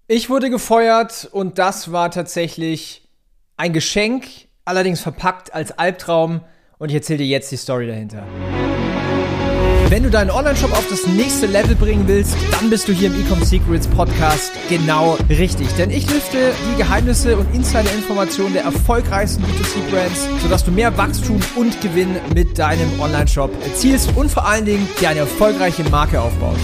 Ich wurde gefeuert und das war tatsächlich ein Geschenk, allerdings verpackt als Albtraum, und ich erzähle dir jetzt die Story dahinter. Wenn du deinen Online-Shop auf das nächste Level bringen willst, dann bist du hier im Ecom Secrets Podcast genau richtig. Denn ich lüfte die Geheimnisse und Insider-Informationen der erfolgreichsten B2C-Brands, sodass du mehr Wachstum und Gewinn mit deinem Online-Shop erzielst und vor allen Dingen dir eine erfolgreiche Marke aufbaust.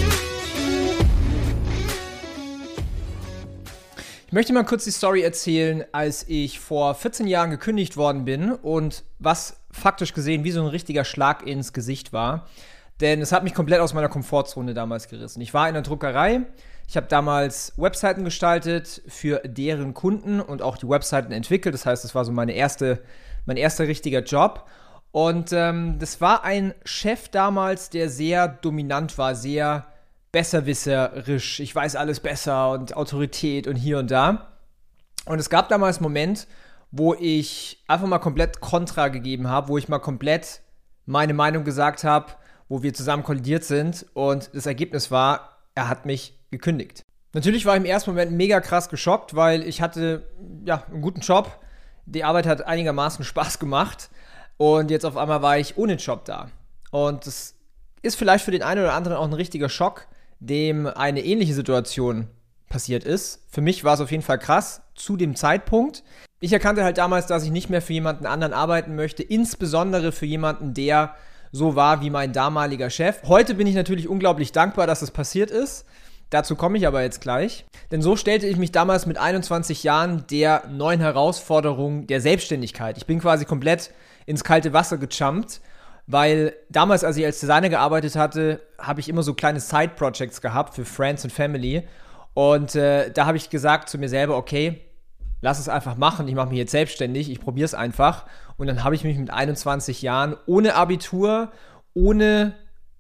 Ich möchte mal kurz die Story erzählen, als ich vor 14 Jahren gekündigt worden bin und was faktisch gesehen wie so ein richtiger Schlag ins Gesicht war. Denn es hat mich komplett aus meiner Komfortzone damals gerissen. Ich war in der Druckerei, ich habe damals Webseiten gestaltet für deren Kunden und auch die Webseiten entwickelt. Das heißt, das war so mein erster richtiger Job. Und das war ein Chef damals, der sehr dominant war, sehr besserwisserisch, ich weiß alles besser und Autorität und hier und da. Und es gab damals einen Moment, wo ich einfach mal komplett Kontra gegeben habe, wo ich mal komplett meine Meinung gesagt habe, wo wir zusammen kollidiert sind, und das Ergebnis war, er hat mich gekündigt. Natürlich war ich im ersten Moment mega krass geschockt, weil ich hatte einen guten Job, die Arbeit hat einigermaßen Spaß gemacht und jetzt auf einmal war ich ohne Job da. Und das ist vielleicht für den einen oder anderen auch ein richtiger Schock, dem eine ähnliche Situation passiert ist. Für mich war es auf jeden Fall krass zu dem Zeitpunkt. Ich erkannte halt damals, dass ich nicht mehr für jemanden anderen arbeiten möchte, insbesondere für jemanden, der so war wie mein damaliger Chef. Heute bin ich natürlich unglaublich dankbar, dass es passiert ist. Dazu komme ich aber jetzt gleich. Denn so stellte ich mich damals mit 21 Jahren der neuen Herausforderung der Selbstständigkeit. Ich bin quasi komplett ins kalte Wasser gejumpt, weil damals, als ich als Designer gearbeitet hatte, habe ich immer so kleine Side-Projects gehabt für Friends und Family. Und da habe ich gesagt zu mir selber, okay, lass es einfach machen, ich mache mich jetzt selbstständig, ich probiere es einfach. Und dann habe ich mich mit 21 Jahren ohne Abitur, ohne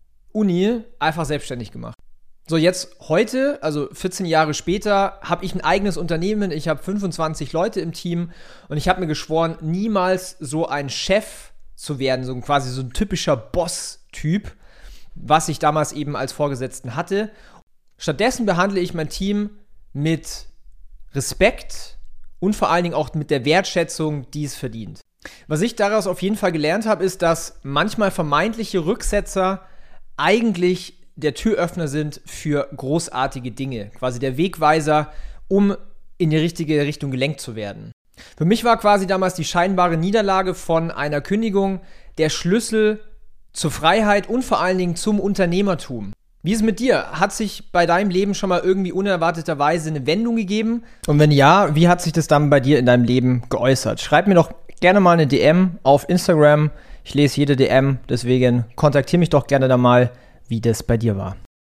Uni einfach selbstständig gemacht. So, jetzt heute, also 14 Jahre später, habe ich ein eigenes Unternehmen, ich habe 25 Leute im Team und ich habe mir geschworen, niemals so ein Chef zu werden, so quasi so ein typischer Boss-Typ, was ich damals eben als Vorgesetzten hatte. Stattdessen behandle ich mein Team mit Respekt und vor allen Dingen auch mit der Wertschätzung, die es verdient. Was ich daraus auf jeden Fall gelernt habe, ist, dass manchmal vermeintliche Rücksetzer eigentlich der Türöffner sind für großartige Dinge. Quasi der Wegweiser, um in die richtige Richtung gelenkt zu werden. Für mich war quasi damals die scheinbare Niederlage von einer Kündigung der Schlüssel zur Freiheit und vor allen Dingen zum Unternehmertum. Wie ist es mit dir? Hat sich bei deinem Leben schon mal irgendwie unerwarteterweise eine Wendung gegeben? Und wenn ja, wie hat sich das dann bei dir in deinem Leben geäußert? Schreib mir doch gerne mal eine DM auf Instagram. Ich lese jede DM, deswegen kontaktiere mich doch gerne da mal, wie das bei dir war.